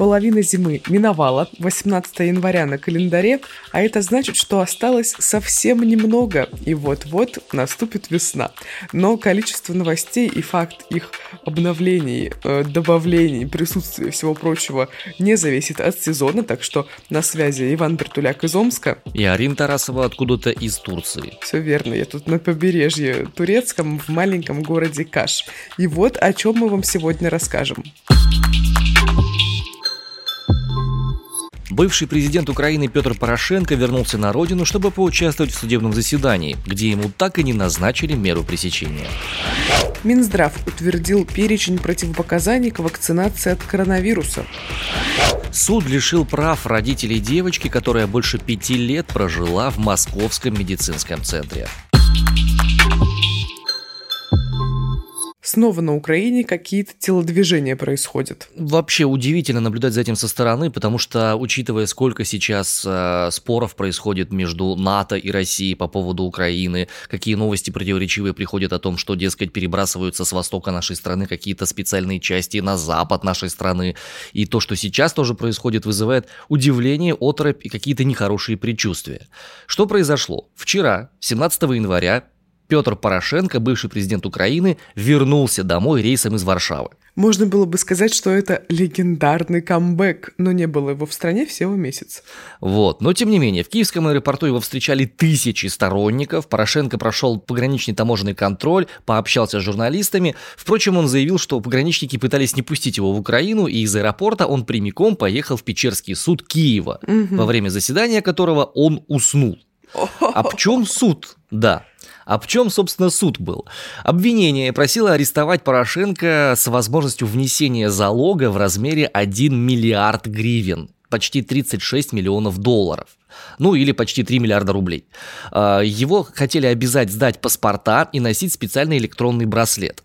Половина зимы миновала, 18 января на календаре, а это значит, что осталось совсем немного, и вот-вот наступит весна. Но количество новостей и факт их обновлений, добавлений, присутствия и всего прочего не зависит от сезона, так что на связи Иван Бертуляк из Омска. И Арина Тарасова откуда-то из Турции. Все верно, я тут на побережье турецком в маленьком городе Каш. И вот о чем мы вам сегодня расскажем. Бывший президент Украины Петр Порошенко вернулся на родину, чтобы поучаствовать в судебном заседании, где ему так и не назначили меру пресечения. Минздрав утвердил перечень противопоказаний к вакцинации от коронавируса. Суд лишил прав родителей девочки, которая больше 5 лет прожила в Московском медицинском центре. Снова на Украине какие-то телодвижения происходят. Вообще удивительно наблюдать за этим со стороны, потому что, учитывая, сколько сейчас споров происходит между НАТО и Россией по поводу Украины, какие новости противоречивые приходят о том, что, дескать, перебрасываются с востока нашей страны какие-то специальные части на запад нашей страны, и то, что сейчас тоже происходит, вызывает удивление, оторопь и какие-то нехорошие предчувствия. Что произошло? Вчера, 17 января, Петр Порошенко, бывший президент Украины, вернулся домой рейсом из Варшавы. Можно было бы сказать, что это легендарный камбэк, но не было его в стране всего месяц. Вот, но тем не менее, в киевском аэропорту его встречали тысячи сторонников, Порошенко прошел пограничный таможенный контроль, пообщался с журналистами. Впрочем, он заявил, что пограничники пытались не пустить его в Украину, и из аэропорта он прямиком поехал в Печерский суд Киева, во время заседания которого он уснул. А в чем суд? Да. А в чем, собственно, суд был? Обвинение просило арестовать Порошенко с возможностью внесения залога в размере 1 миллиард гривен, почти 36 миллионов долларов. Ну или почти 3 миллиарда рублей. Его хотели обязать сдать паспорта и носить специальный электронный браслет.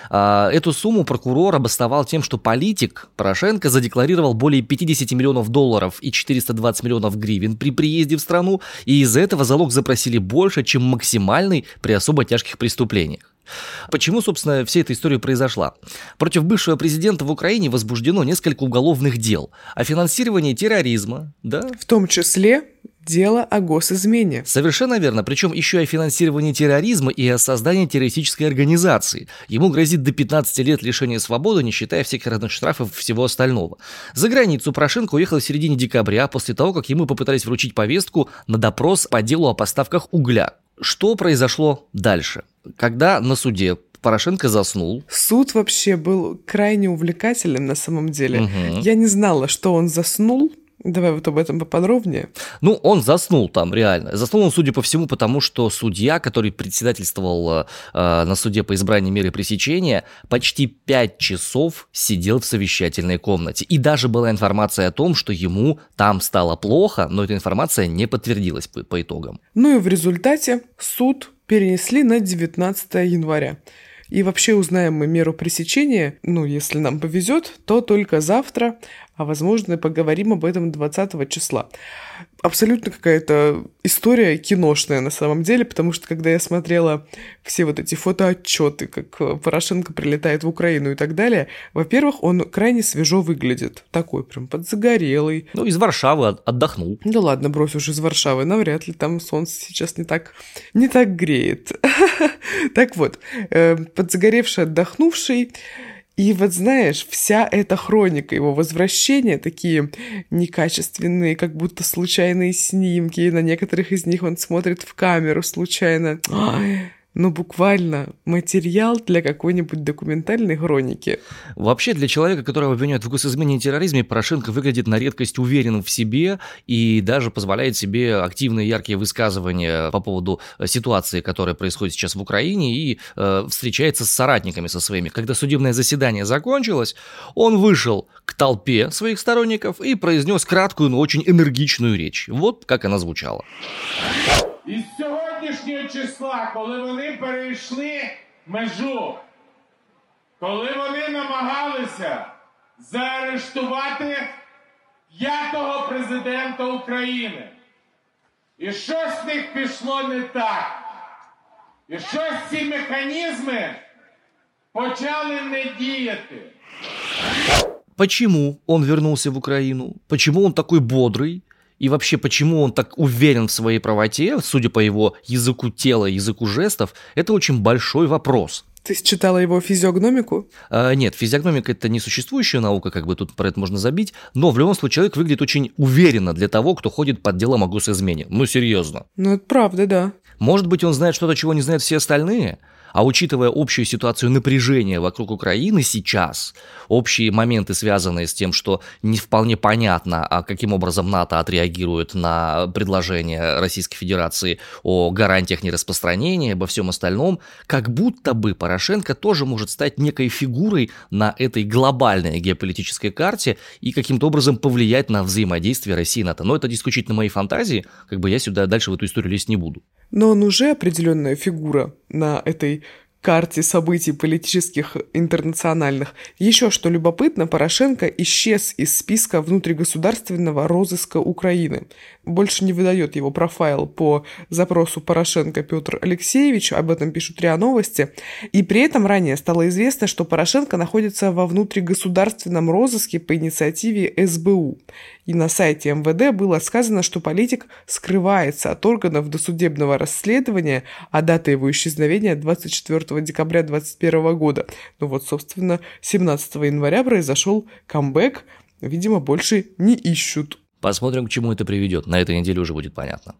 Эту сумму прокурор обосновал тем, что политик Порошенко задекларировал более 50 миллионов долларов и 420 миллионов гривен при приезде в страну, и из-за этого залог запросили больше, чем максимальный при особо тяжких преступлениях. Почему, собственно, вся эта история произошла? Против бывшего президента в Украине возбуждено несколько уголовных дел о финансировании терроризма, да? В том числе дело о госизмене. Совершенно верно, причем еще и о финансировании терроризма и о создании террористической организации. Ему грозит до 15 лет лишения свободы, не считая всяких разных штрафов и всего остального. За границу Порошенко уехал в середине декабря, после того, как ему попытались вручить повестку на допрос по делу о поставках угля. Что произошло дальше? Когда на суде Порошенко заснул. Суд вообще был крайне увлекательным на самом деле. Я не знала, что он заснул. Давай вот об этом поподробнее. Ну, он заснул там, реально. Заснул он, судя по всему, потому что судья, который председательствовал на суде по избранию меры пресечения, почти 5 часов сидел в совещательной комнате. И даже была информация о том, что ему там стало плохо, но эта информация не подтвердилась по итогам. Ну и в результате суд перенесли на 19 января. И вообще узнаем мы меру пресечения, ну, если нам повезет, то только завтра, а возможно, поговорим об этом 20 числа. Абсолютно какая-то история киношная на самом деле, потому что когда я смотрела все вот эти фотоотчеты, как Порошенко прилетает в Украину и так далее, во-первых, он крайне свежо выглядит. Такой прям подзагорелый. Ну, из Варшавы отдохнул. Да ладно, брось уж из Варшавы, навряд ли там солнце сейчас не так греет. Так вот, подзагоревший, отдохнувший. И вот знаешь, вся эта хроника его возвращения, такие некачественные, как будто случайные снимки, на некоторых из них он смотрит в камеру случайно. Ну, буквально материал для какой-нибудь документальной хроники. Вообще, для человека, которого обвиняют в госизмене и терроризме, Порошенко выглядит на редкость уверенным в себе и даже позволяет себе активные яркие высказывания по поводу ситуации, которая происходит сейчас в Украине, и встречается с соратниками со своими. Когда судебное заседание закончилось, он вышел к толпе своих сторонников и произнес краткую, но очень энергичную речь. Вот как она звучала. Із сьогоднішнього числа, коли вони перейшли межу, коли вони намагалися заарештувати 5-го президента України, і щось з них пішло не так, і щось ці механізми почали не діяти. почему он вернулся в Украину, почему он такой бодрый, и вообще, почему он так уверен в своей правоте, судя по его языку тела, языку жестов, это очень большой вопрос. Ты читала его физиогномику? Нет, физиогномика – это несуществующая наука, как бы тут про это можно забить, но в любом случае человек выглядит очень уверенно для того, кто ходит под делом о госизмене. Ну, серьезно. Ну, это правда, да. Может быть, он знает что-то, чего не знают все остальные? А учитывая общую ситуацию напряжения вокруг Украины сейчас, общие моменты, связанные с тем, что не вполне понятно, каким образом НАТО отреагирует на предложение Российской Федерации о гарантиях нераспространения, обо всем остальном, как будто бы Порошенко тоже может стать некой фигурой на этой глобальной геополитической карте и каким-то образом повлиять на взаимодействие России и НАТО. Но это исключительно мои фантазии, как бы я сюда дальше в эту историю лезть не буду. Но он уже определенная фигура на этой карте событий политических интернациональных. Еще что любопытно, Порошенко исчез из списка внутригосударственного розыска Украины. Больше не выдает его профайл по запросу Порошенко Петр Алексеевич, об этом пишут РИА Новости. И при этом ранее стало известно, что Порошенко находится во внутригосударственном розыске по инициативе СБУ. И на сайте МВД было сказано, что политик скрывается от органов досудебного расследования, а дата его исчезновения 24 декабря 2021 года. Ну вот, собственно, 17 января произошел камбэк. Видимо, больше не ищут. Посмотрим, к чему это приведет. На этой неделе уже будет понятно.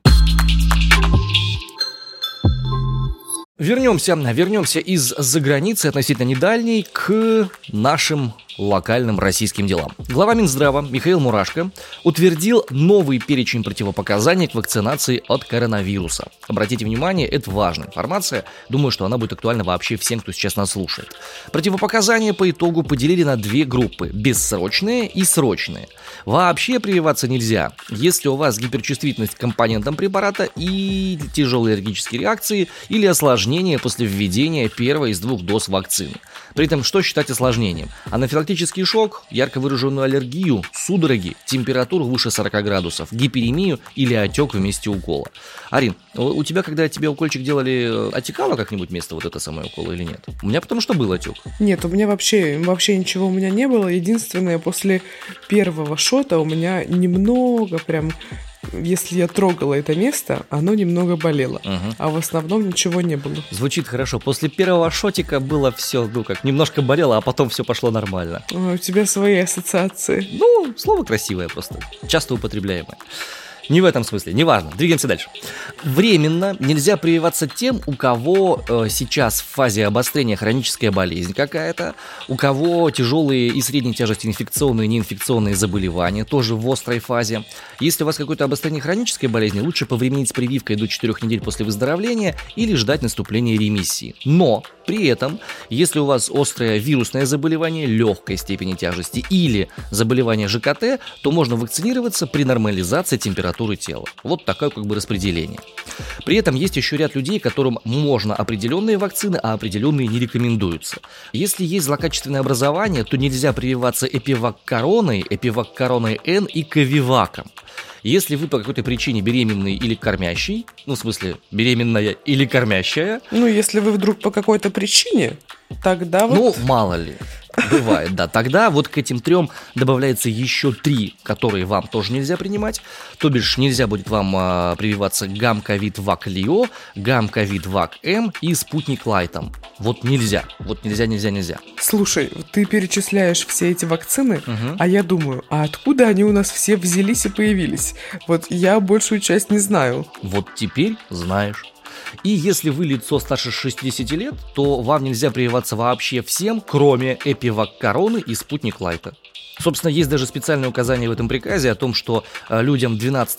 Вернемся из-за границы, относительно недальней, к нашим локальным российским делам. Глава Минздрава Михаил Мурашко утвердил новый перечень противопоказаний к вакцинации от коронавируса. Обратите внимание, это важная информация. Думаю, что она будет актуальна вообще всем, кто сейчас нас слушает. Противопоказания по итогу поделили на две группы – бессрочные и срочные. Вообще прививаться нельзя, если у вас гиперчувствительность к компонентам препарата и тяжелые аллергические реакции или осложнения после введения первой из 2 доз вакцины. При этом что считать осложнением? Анафилактический шок, ярко выраженную аллергию, судороги, температуру выше 40 градусов, гиперемию или отек в месте укола. Арин, у тебя, когда тебе укольчик делали, отекало как-нибудь место вот это самое укола или нет? У меня потому что был отек. Нет, у меня вообще ничего у меня не было. Единственное, после первого шота у меня немного прям... Если я трогала это место, оно немного болело, а в основном ничего не было. Звучит хорошо. После первого шотика было все, немножко болело, а потом все пошло нормально. Ой, у тебя свои ассоциации. Слово красивое просто, часто употребляемое. Не в этом смысле, неважно, двигаемся дальше. Временно нельзя прививаться тем, у кого сейчас в фазе обострения хроническая болезнь какая-то, у кого тяжелые и средней тяжести инфекционные и неинфекционные заболевания, тоже в острой фазе. Если у вас какое-то обострение хронической болезни, лучше повременить с прививкой до 4 недель после выздоровления или ждать наступления ремиссии. Но при этом, если у вас острое вирусное заболевание легкой степени тяжести или заболевание ЖКТ, то можно вакцинироваться при нормализации температуры тела. Вот такое распределение. При этом есть еще ряд людей, которым можно определенные вакцины, а определенные не рекомендуются. Если есть злокачественное образование, то нельзя прививаться эпивак-короной, эпивак-короной N и ковиваком. Если вы по какой-то причине беременный или кормящий, в смысле беременная или кормящая... если вы вдруг по какой-то причине, тогда мало ли. Бывает, да. Тогда вот к этим 3 добавляется еще 3, которые вам тоже нельзя принимать. То бишь нельзя будет вам прививаться гам-ковид-вак-лио, гам-ковид-вак-М и спутник-лайтом. Вот нельзя. Нельзя. Слушай, ты перечисляешь все эти вакцины, а я думаю, а откуда они у нас все взялись и появились? Вот я большую часть не знаю. Вот теперь знаешь. И если вы лицо старше 60 лет, то вам нельзя прививаться вообще всем, кроме эпивак-короны и спутник-лайта. Собственно, есть даже специальное указание в этом приказе о том, что людям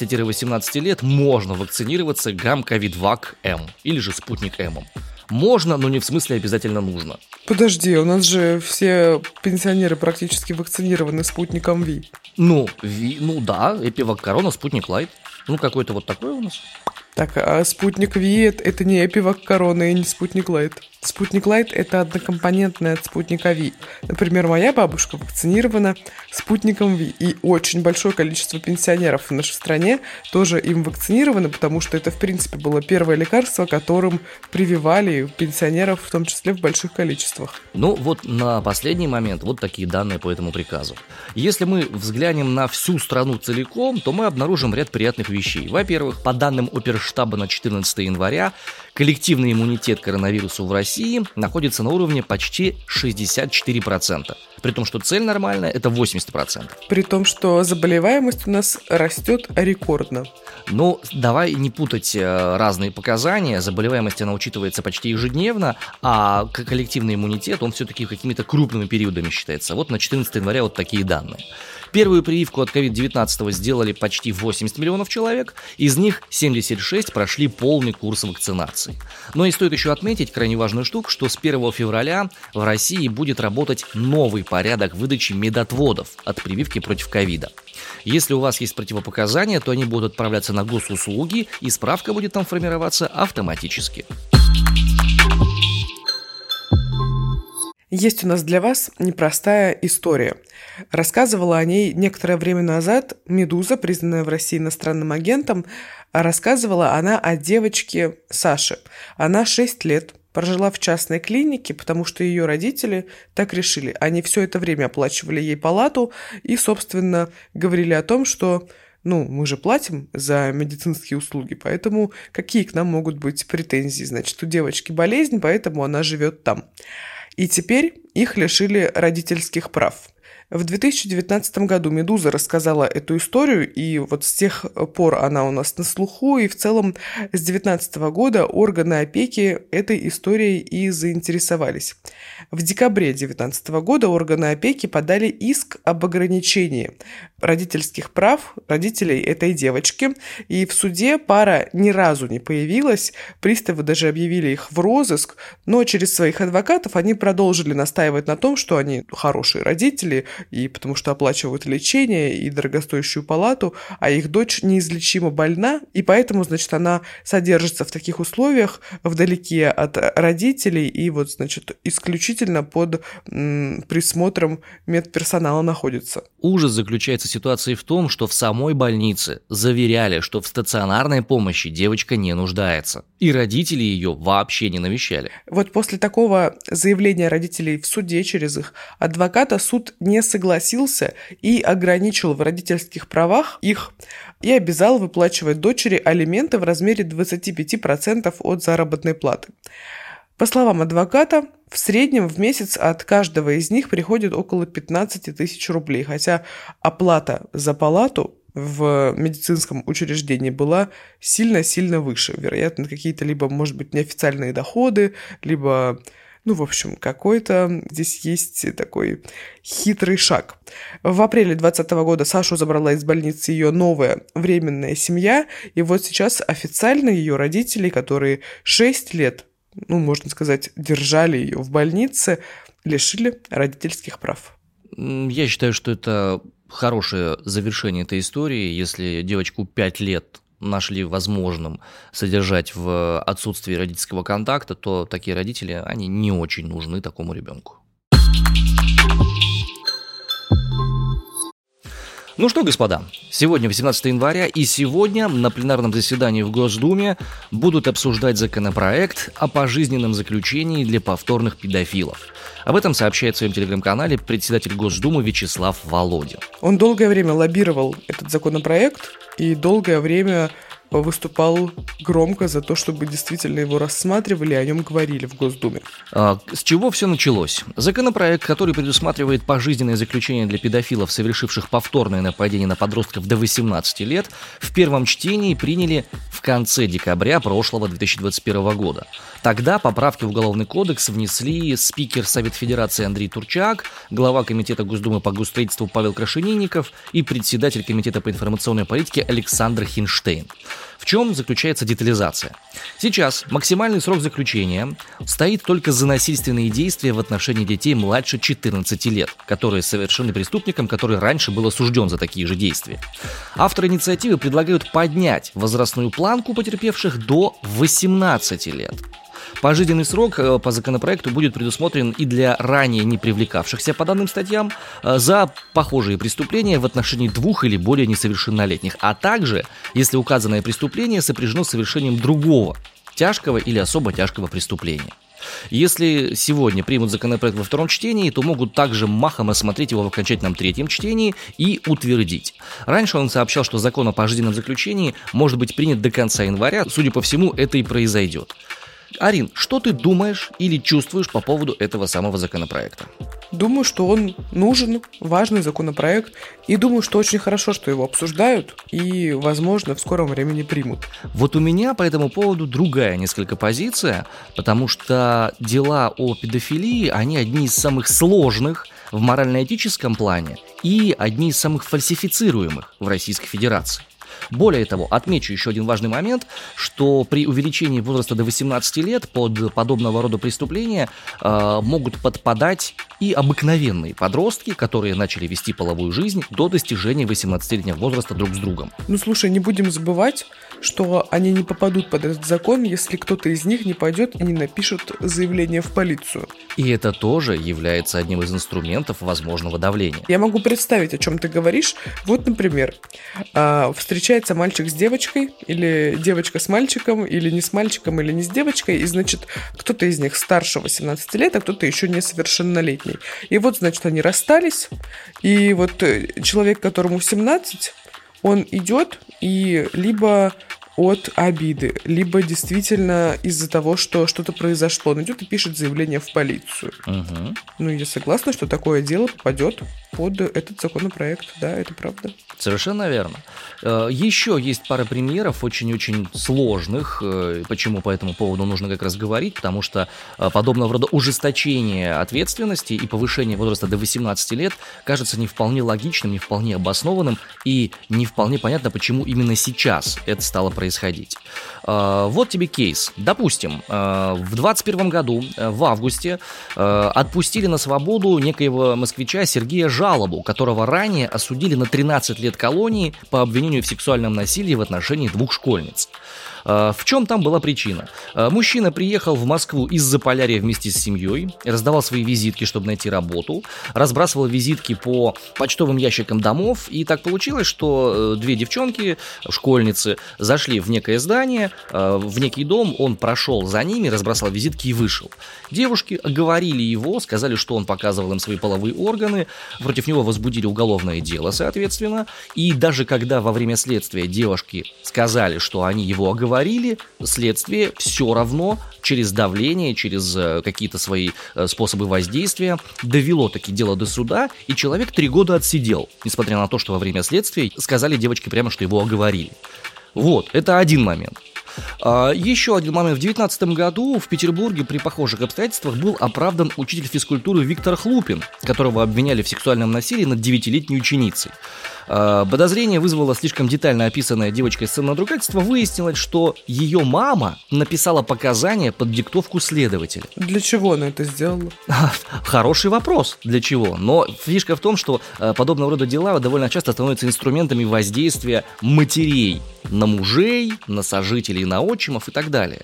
12-18 лет можно вакцинироваться гам-ковид-вак-М или же спутник-М. Можно, но не в смысле обязательно нужно. Подожди, у нас же все пенсионеры практически вакцинированы спутником Ви. Да, эпивак-корона, спутник-лайт. Какой-то вот такой у нас. Так, а спутник Ви это не эпивак-корона и не спутник-лайт. Спутник Лайт – это однокомпонентный от спутника Ви. Например, моя бабушка вакцинирована спутником Ви, и очень большое количество пенсионеров в нашей стране тоже им вакцинированы, потому что это, в принципе, было первое лекарство, которым прививали пенсионеров, в том числе в больших количествах. Ну вот на последний момент вот такие данные по этому приказу. Если мы взглянем на всю страну целиком, то мы обнаружим ряд приятных вещей. Во-первых, по данным Оперштаба на 14 января, коллективный иммунитет к коронавирусу в России находится на уровне почти 64%. При том, что цель нормальная – это 80%. При том, что заболеваемость у нас растет рекордно. Ну, давай не путать разные показания. Заболеваемость, она учитывается почти ежедневно, а коллективный иммунитет, он все-таки какими-то крупными периодами считается. Вот на 14 января вот такие данные. Первую прививку от COVID-19 сделали почти 80 миллионов человек, из них 76 прошли полный курс вакцинации. Но и стоит еще отметить крайне важную штуку, что с 1 февраля в России будет работать новый порядок выдачи медотводов от прививки против ковида. Если у вас есть противопоказания, то они будут отправляться на госуслуги, и справка будет там формироваться автоматически. Есть у нас для вас непростая история. Рассказывала о ней некоторое время назад «Медуза», признанная в России иностранным агентом. Рассказывала она о девочке Саше. Она 6 лет прожила в частной клинике, потому что ее родители так решили. Они все это время оплачивали ей палату и, собственно, говорили о том, что мы же платим за медицинские услуги, поэтому какие к нам могут быть претензии? Значит, у девочки болезнь, поэтому она живет там. И теперь их лишили родительских прав. В 2019 году «Медуза» рассказала эту историю, и вот с тех пор она у нас на слуху, и в целом с 2019 года органы опеки этой историей и заинтересовались. В декабре 2019 года органы опеки подали иск об ограничении родительских прав родителей этой девочки, и в суде пара ни разу не появилась, приставы даже объявили их в розыск, но через своих адвокатов они продолжили настаивать на том, что они хорошие родители, и потому что оплачивают лечение и дорогостоящую палату, а их дочь неизлечимо больна, и поэтому, значит, она содержится в таких условиях, вдалеке от родителей, и вот, значит, исключительно под присмотром медперсонала находится. Ужас заключается в ситуации в том, что в самой больнице заверяли, что в стационарной помощи девочка не нуждается, и родители ее вообще не навещали. Вот после такого заявления родителей в суде через их адвоката суд не согласился и ограничил в родительских правах их и обязал выплачивать дочери алименты в размере 25% от заработной платы. По словам адвоката, в среднем в месяц от каждого из них приходит около 15 тысяч рублей, хотя оплата за палату в медицинском учреждении была сильно-сильно выше. Вероятно, какие-то либо, может быть, неофициальные доходы, либо... в общем, какой-то здесь есть такой хитрый шаг. В апреле 2020 года Сашу забрала из больницы ее новая временная семья, и вот сейчас официально ее родители, которые 6 лет, можно сказать, держали ее в больнице, лишили родительских прав. Я считаю, что это хорошее завершение этой истории, если девочку 5 лет нашли возможным содержать в отсутствии родительского контакта, то такие родители, они не очень нужны такому ребенку. Ну что, господа, сегодня 18 января, и сегодня на пленарном заседании в Госдуме будут обсуждать законопроект о пожизненном заключении для повторных педофилов. Об этом сообщает в своем телеграм-канале председатель Госдумы Вячеслав Володин. Он долгое время лоббировал этот законопроект и долгое время выступал громко за то, чтобы действительно его рассматривали и о нем говорили в Госдуме. С чего все началось? Законопроект, который предусматривает пожизненное заключение для педофилов, совершивших повторное нападение на подростков до 18 лет, в первом чтении приняли в конце декабря прошлого 2021 года. Тогда поправки в Уголовный кодекс внесли спикер Совета Федерации Андрей Турчак, глава Комитета Госдумы по госстроительству Павел Крашенинников и председатель Комитета по информационной политике Александр Хинштейн. В чем заключается детализация? Сейчас максимальный срок заключения стоит только за насильственные действия в отношении детей младше 14 лет, которые совершены преступником, который раньше был осужден за такие же действия. Авторы инициативы предлагают поднять возрастную планку потерпевших до 18 лет. Пожизненный срок по законопроекту будет предусмотрен и для ранее не привлекавшихся по данным статьям за похожие преступления в отношении 2 или более несовершеннолетних, а также, если указанное преступление сопряжено с совершением другого тяжкого или особо тяжкого преступления. Если сегодня примут законопроект во втором чтении, то могут также махом осмотреть его в окончательном третьем чтении и утвердить. Раньше он сообщал, что закон о пожизненном заключении может быть принят до конца января. Судя по всему, это и произойдет. Арин, что ты думаешь или чувствуешь по поводу этого самого законопроекта? Думаю, что он нужен, важный законопроект, и думаю, что очень хорошо, что его обсуждают и, возможно, в скором времени примут. Вот у меня по этому поводу другая несколько позиция, потому что дела о педофилии, они одни из самых сложных в морально-этическом плане и одни из самых фальсифицируемых в Российской Федерации. Более того, отмечу еще один важный момент, что при увеличении возраста до 18 лет под подобного рода преступления могут подпадать и обыкновенные подростки, которые начали вести половую жизнь до достижения 18-летнего возраста друг с другом. Ну, слушай, не будем забывать, что они не попадут под этот закон, если кто-то из них не пойдет и не напишет заявление в полицию. И это тоже является одним из инструментов возможного давления. Я могу представить, о чем ты говоришь. Вот, например, встречается мальчик с девочкой, или девочка с мальчиком, или не с мальчиком, или не с девочкой, и, значит, кто-то из них старше 18 лет, а кто-то еще несовершеннолетний. И вот, значит, они расстались, и вот человек, которому 17, он идет и либо от обиды, либо действительно из-за того, что что-то произошло, он идет и пишет заявление в полицию. Угу. Ну, я согласна, что такое дело попадет под этот законопроект, да, это правда. Совершенно верно. Еще есть пара примеров очень-очень сложных, почему по этому поводу нужно как раз говорить, потому что подобного рода ужесточение ответственности и повышение возраста до 18 лет кажется не вполне логичным, не вполне обоснованным и не вполне понятно, почему именно сейчас это стало происходить. Вот тебе кейс. Допустим, в 2021 году, в августе, отпустили на свободу некоего москвича Сергея Жалобу, которого ранее осудили на 13 лет колонии по обвинению в сексуальном насилии в отношении 2 школьниц. В чем там была причина? Мужчина приехал в Москву из Заполярья вместе с семьей, раздавал свои визитки, чтобы найти работу, разбрасывал визитки по почтовым ящикам домов, и так получилось, что 2 девчонки, школьницы, зашли в некое здание, в некий дом, он прошел за ними, разбросал визитки и вышел. Девушки оговорили его, сказали, что он показывал им свои половые органы, против него возбудили уголовное дело, соответственно, и даже когда во время следствия девушки сказали, что они его оговорили, следствие все равно через давление, через какие-то свои способы воздействия довело таки дело до суда, и человек 3 года отсидел, несмотря на то, что во время следствия сказали девочке прямо, что его оговорили. Вот, это один момент. Еще один момент. В 2019 году в Петербурге при похожих обстоятельствах был оправдан учитель физкультуры Виктор Хлупин, которого обвиняли в сексуальном насилии над 9-летней ученицей. Подозрение вызвало слишком детально описанная девочкой сцена надругательства. Выяснилось, что ее мама написала показания под диктовку следователя. Для чего она это сделала? Хороший вопрос, для чего. Но фишка в том, что подобного рода дела довольно часто становятся инструментами воздействия матерей на мужей, на сожителей, на отчимов и так далее.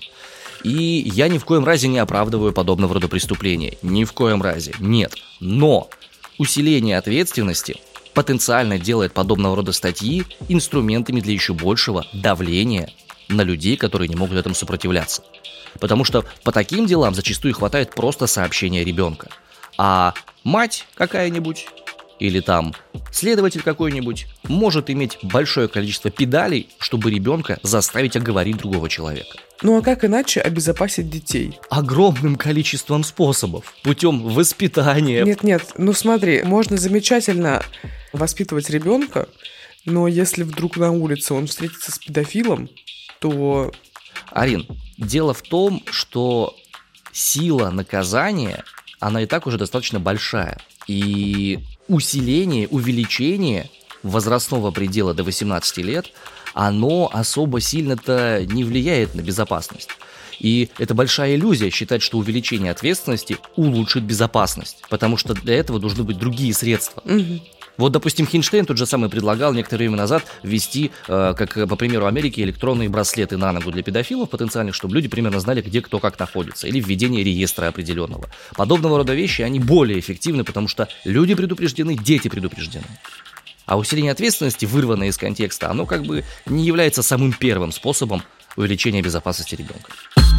И я ни в коем разе не оправдываю подобного рода преступления. Ни в коем разе. Нет. Но усиление ответственности потенциально делает подобного рода статьи инструментами для еще большего давления на людей, которые не могут этому сопротивляться. Потому что по таким делам зачастую хватает просто сообщения ребенка. А мать какая-нибудь или там следователь какой-нибудь может иметь большое количество педалей, чтобы ребенка заставить оговорить другого человека. Ну а как иначе обезопасить детей? Огромным количеством способов. Путем воспитания. Нет, ну смотри, можно замечательно воспитывать ребенка, но если вдруг на улице он встретится с педофилом, то... Арин, дело в том, что сила наказания, она и так уже достаточно большая. И усиление, увеличение возрастного предела до 18 лет, оно особо сильно-то не влияет на безопасность. И это большая иллюзия считать, что увеличение ответственности улучшит безопасность, потому что для этого должны быть другие средства. Угу. Вот, допустим, Хинштейн тот же самый предлагал некоторое время назад ввести, как по примеру Америки, электронные браслеты на ногу для педофилов потенциальных, чтобы люди примерно знали, где кто как находится, или введение реестра определенного. Подобного рода вещи, они более эффективны, потому что люди предупреждены, дети предупреждены. А усиление ответственности, вырванное из контекста, оно как бы не является самым первым способом увеличения безопасности ребенка.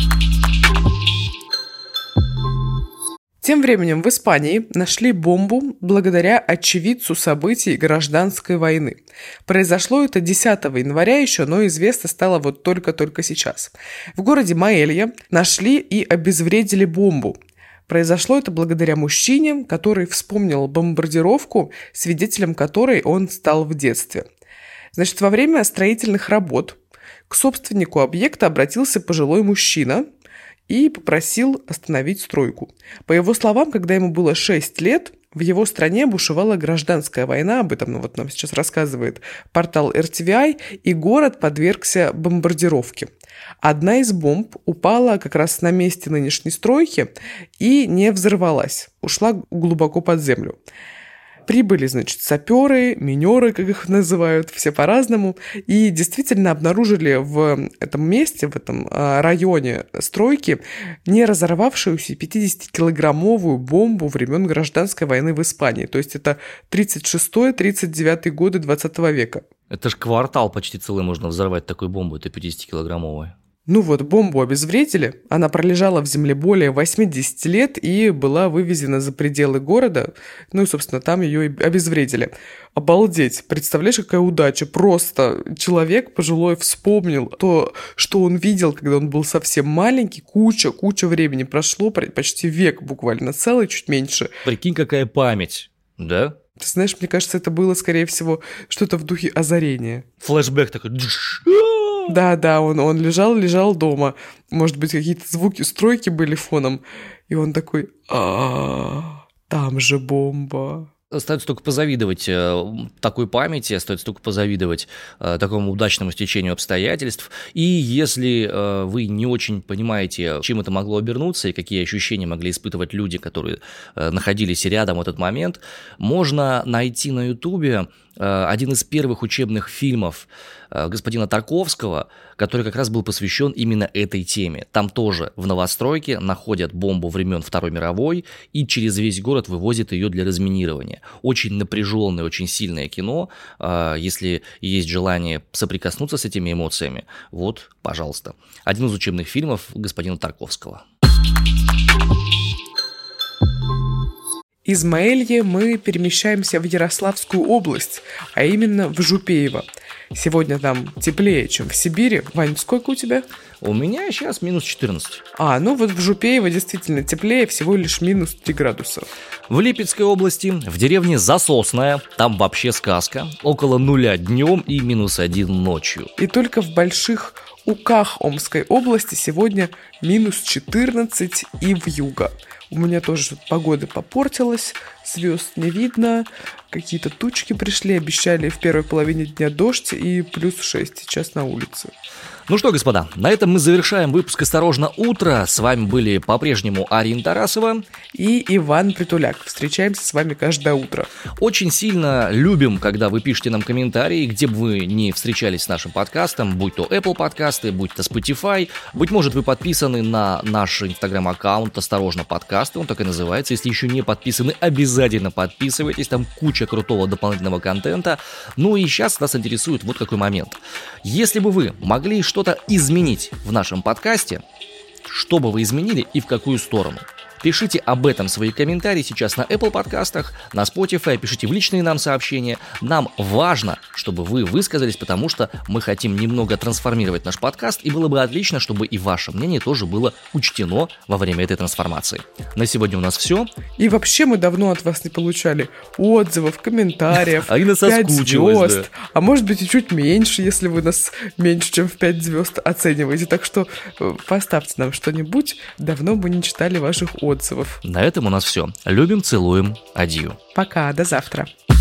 Тем временем в Испании нашли бомбу благодаря очевидцу событий гражданской войны. Произошло это 10 января еще, но известно стало вот только-только сейчас. В городе Моэлья нашли и обезвредили бомбу. Произошло это благодаря мужчине, который вспомнил бомбардировку, свидетелем которой он стал в детстве. Значит, во время строительных работ к собственнику объекта обратился пожилой мужчина и попросил остановить стройку. По его словам, когда ему было 6 лет, в его стране бушевала гражданская война, об этом вот нам сейчас рассказывает портал RTVI, и город подвергся бомбардировке. Одна из бомб упала как раз на месте нынешней стройки и не взорвалась, ушла глубоко под землю. Прибыли, значит, саперы, минеры, как их называют, все по-разному, и действительно обнаружили в этом месте, в этом районе стройки не разорвавшуюся 50-килограммовую бомбу времен гражданской войны в Испании. То есть это 36-39 годы 20 века. Это ж квартал почти целый можно взорвать такой бомбой, это 50-килограммовой. Ну вот, бомбу обезвредили, она пролежала в земле более 80 лет и была вывезена за пределы города, ну и, собственно, там ее и обезвредили. Обалдеть, представляешь, какая удача, просто человек пожилой вспомнил то, что он видел, когда он был совсем маленький, куча времени прошло, почти век буквально, целый, чуть меньше. Прикинь, какая память, да? Ты знаешь, мне кажется, это было, скорее всего, что-то в духе озарения. Флэшбэк такой... Да, он лежал дома. Может быть, какие-то звуки стройки были фоном. И он такой, там же бомба. Остается только позавидовать такой памяти, остается только позавидовать такому удачному стечению обстоятельств. И если вы не очень понимаете, чем это могло обернуться и какие ощущения могли испытывать люди, которые находились рядом в этот момент, можно найти на Ютубе один из первых учебных фильмов господина Тарковского, который как раз был посвящен именно этой теме. Там тоже в новостройке находят бомбу времен Второй мировой и через весь город вывозят ее для разминирования. Очень напряженное, очень сильное кино. Если есть желание соприкоснуться с этими эмоциями, вот, пожалуйста. Один из учебных фильмов господина Тарковского. Из Моэльи мы перемещаемся в Ярославскую область, а именно в Жупеево. Сегодня там теплее, чем в Сибири. Вань, сколько у тебя? У меня сейчас минус 14. Ну вот в Жупеево действительно теплее, всего лишь минус 3 градуса. В Липецкой области, в деревне Засосная, там вообще сказка, около 0 днем и минус 1 ночью. И только в Больших Уках Омской области сегодня минус 14 и вьюга. У меня тоже погода попортилась, звезд не видно, какие-то тучки пришли, обещали в первой половине дня дождь и плюс 6 сейчас на улице. Ну что, господа, на этом мы завершаем выпуск «Осторожно, утро». С вами были по-прежнему Арина Тарасова и Иван Притуляк. Встречаемся с вами каждое утро. Очень сильно любим, когда вы пишете нам комментарии, где бы вы ни встречались с нашим подкастом, будь то Apple подкасты, будь то Spotify. Быть может, вы подписаны на наш инстаграм-аккаунт «Осторожно, подкасты», он так и называется. Если еще не подписаны, обязательно подписывайтесь, там куча крутого дополнительного контента. Ну и сейчас нас интересует вот какой момент. Если бы вы могли что-то изменить в нашем подкасте, что бы вы изменили и в какую сторону? Пишите об этом свои комментарии сейчас на Apple подкастах, на Spotify, пишите в личные нам сообщения. Нам важно, чтобы вы высказались, потому что мы хотим немного трансформировать наш подкаст, и было бы отлично, чтобы и ваше мнение тоже было учтено во время этой трансформации. На сегодня у нас все. И вообще мы давно от вас не получали отзывов, комментариев, Арина 5 соскучилась, звезд, а может быть и чуть меньше, если вы нас меньше, чем в 5 звезд оцениваете. Так что поставьте нам что-нибудь, давно мы не читали ваших отзывов. На этом у нас все. Любим, целуем, адью. Пока, до завтра.